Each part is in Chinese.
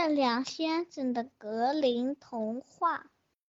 月亮先生的格林童话。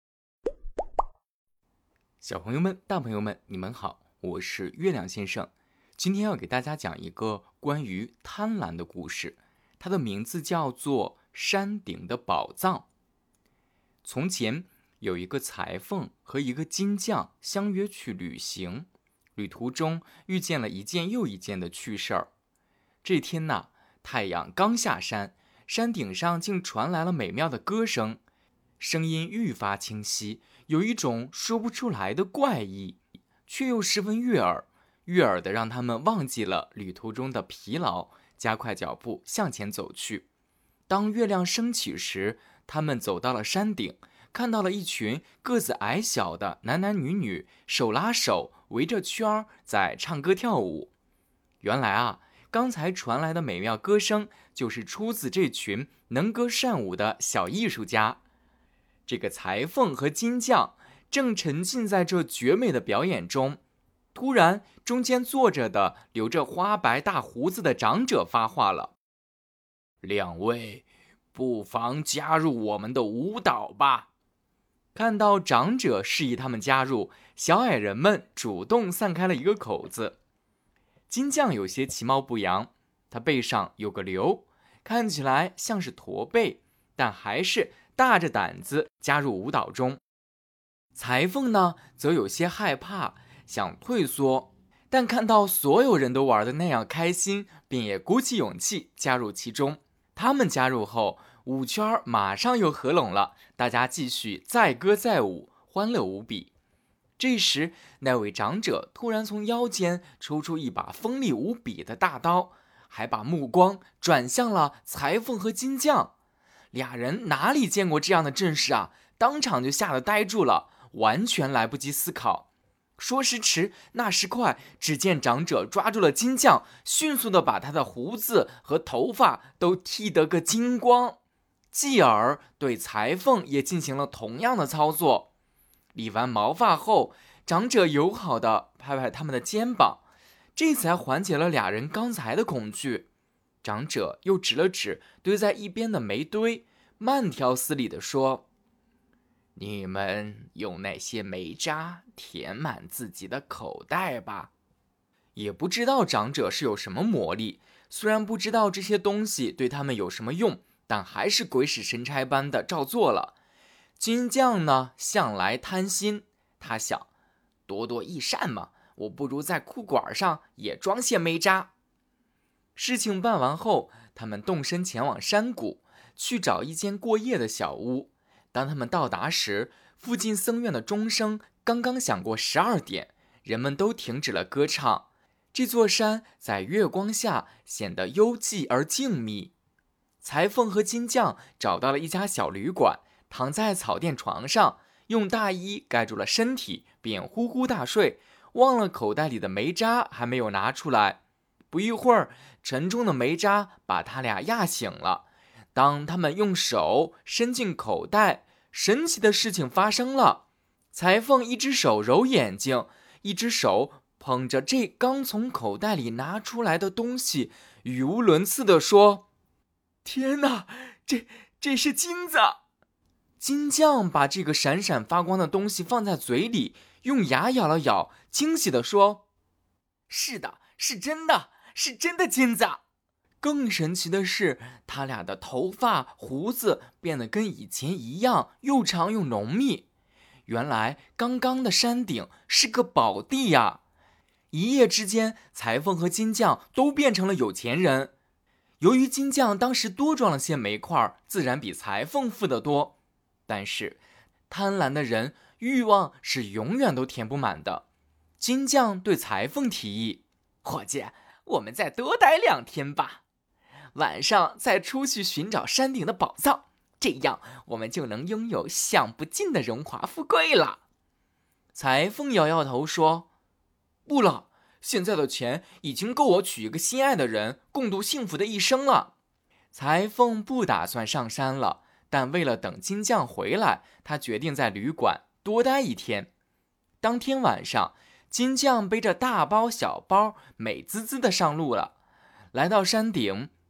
小朋友们、大朋友们，你们好，我是月亮先生。今天要给大家讲一个关于贪婪的故事，它的名字叫做《山顶的宝藏》。从前有一个裁缝和一个金匠相约去旅行，旅途中遇见了一件又一件的趣事儿。这天呢，太阳刚下山，山顶上竟传来了美妙的歌声，声音愈发清晰，有一种说不出来的怪异，却又十分悦耳，悦耳的让他们忘记了旅途中的疲劳，加快脚步向前走去。当月亮升起时，他们走到了山顶，看到了一群个子矮小的男男女女手拉手围着圈儿在唱歌跳舞。原来啊，刚才传来的美妙歌声就是出自这群能歌善舞的小艺术家。这个裁缝和金匠正沉浸在这绝美的表演中，突然中间坐着的留着花白大胡子的长者发话了：两位不妨加入我们的舞蹈吧。看到长者示意他们加入，小矮人们主动散开了一个口子。金匠有些其貌不扬，他背上有个瘤，看起来像是驼背，但还是大着胆子加入舞蹈中。裁缝呢，则有些害怕，想退缩，但看到所有人都玩得那样开心，便也鼓起勇气加入其中。他们加入后，舞圈马上又合拢了，大家继续载歌载舞，欢乐无比。这时，那位长者突然从腰间抽出一把锋利无比的大刀，还把目光转向了裁缝和金匠。俩人哪里见过这样的阵势啊，当场就吓得呆住了，完全来不及思考。说时迟，那时快，只见长者抓住了金匠，迅速地把他的胡子和头发都剃得个精光，继而对裁缝也进行了同样的操作。理完毛发后，长者友好地拍拍他们的肩膀，这才缓解了俩人刚才的恐惧。长者又指了指堆在一边的煤堆，慢条斯理地说：你们用那些煤渣填满自己的口袋吧。也不知道长者是有什么魔力，虽然不知道这些东西对他们有什么用，但还是鬼使神差般的照做了。金匠呢，向来贪心，他想，多多益善嘛，我不如在裤管上也装些煤渣。事情办完后，他们动身前往山谷，去找一间过夜的小屋。当他们到达时，附近僧院的钟声刚刚响过12点，人们都停止了歌唱。这座山在月光下显得幽寂而静谧。裁缝和金匠找到了一家小旅馆，躺在草垫床上，用大衣盖住了身体，便呼呼大睡，忘了口袋里的煤渣还没有拿出来。不一会儿，沉重的煤渣把他俩压醒了。当他们用手伸进口袋，神奇的事情发生了。裁缝一只手揉眼睛，一只手捧着这刚从口袋里拿出来的东西，语无伦次地说：天哪，这是金子！金匠把这个闪闪发光的东西放在嘴里，用牙咬了咬，惊喜地说：是的，是真的，是真的金子！更神奇的是，他俩的头发、胡子变得跟以前一样，又长又浓密。原来刚刚的山顶是个宝地呀！一夜之间，裁缝和金匠都变成了有钱人。由于金匠当时多装了些煤块，自然比裁缝富得多。但是贪婪的人欲望是永远都填不满的。金匠对裁缝提议：伙计，我们再多待2天吧，晚上再出去寻找山顶的宝藏，这样我们就能拥有享不尽的荣华富贵了。裁缝摇摇头说：不了，现在的钱已经够我娶一个心爱的人，共度幸福的一生了。裁缝不打算上山了，但为了等金匠回来，他决定在旅馆多待1天。当天晚上，金匠背着大包小包，美滋滋地上路了。来到山顶，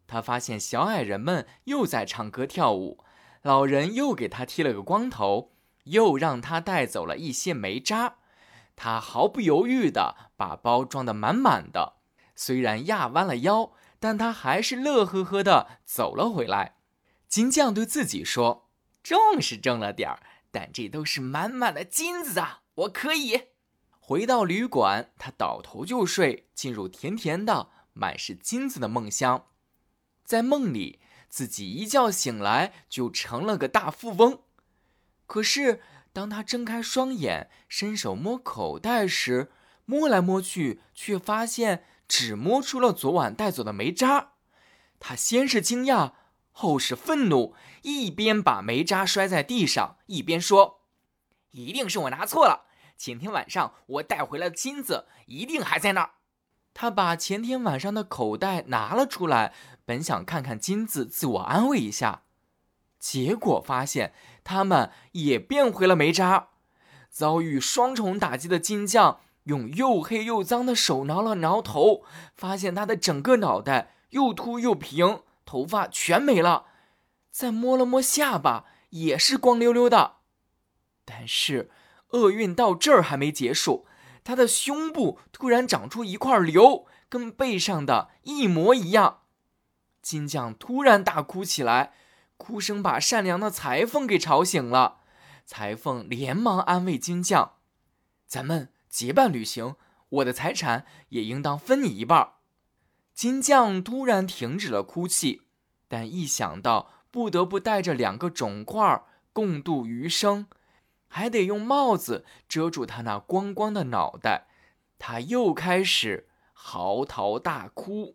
他发现小矮人们又在唱歌跳舞，老人又给他剃了个光头，又让他带走了一些煤渣。他毫不犹豫地把包装得满满的，虽然压弯了腰，但他还是乐呵呵地走了回来。金匠对自己说：重是重了点儿，但这都是满满的金子啊，我可以。回到旅馆，他倒头就睡，进入甜甜的满是金子的梦乡。在梦里，自己一觉醒来就成了个大富翁。可是当他睁开双眼，伸手摸口袋时，摸来摸去，却发现只摸出了昨晚带走的煤渣。他先是惊讶，后是愤怒，一边把煤渣摔在地上，一边说：一定是我拿错了，前天晚上我带回来的金子一定还在那儿。他把前天晚上的口袋拿了出来，本想看看金子，自我安慰一下，结果发现他们也变回了煤渣。遭遇双重打击的金匠用又黑又脏的手挠了挠头，发现他的整个脑袋又秃又平，头发全没了，再摸了摸下巴，也是光溜溜的。但是厄运到这儿还没结束，他的胸部突然长出一块瘤，跟背上的一模一样。金匠突然大哭起来，哭声把善良的裁缝给吵醒了。裁缝连忙安慰金匠：咱们结伴旅行，我的财产也应当分你一半。金匠突然停止了哭泣，但一想到不得不带着2个肿块共度余生，还得用帽子遮住他那光光的脑袋，他又开始嚎啕大哭。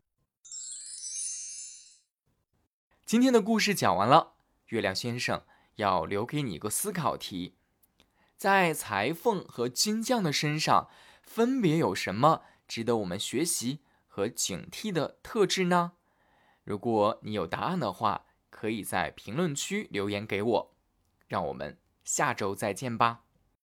今天的故事讲完了，月亮先生要留给你一个思考题：在裁缝和金匠的身上，分别有什么值得我们学习和警惕的特质呢？如果你有答案的话，可以在评论区留言给我。让我们下周再见吧。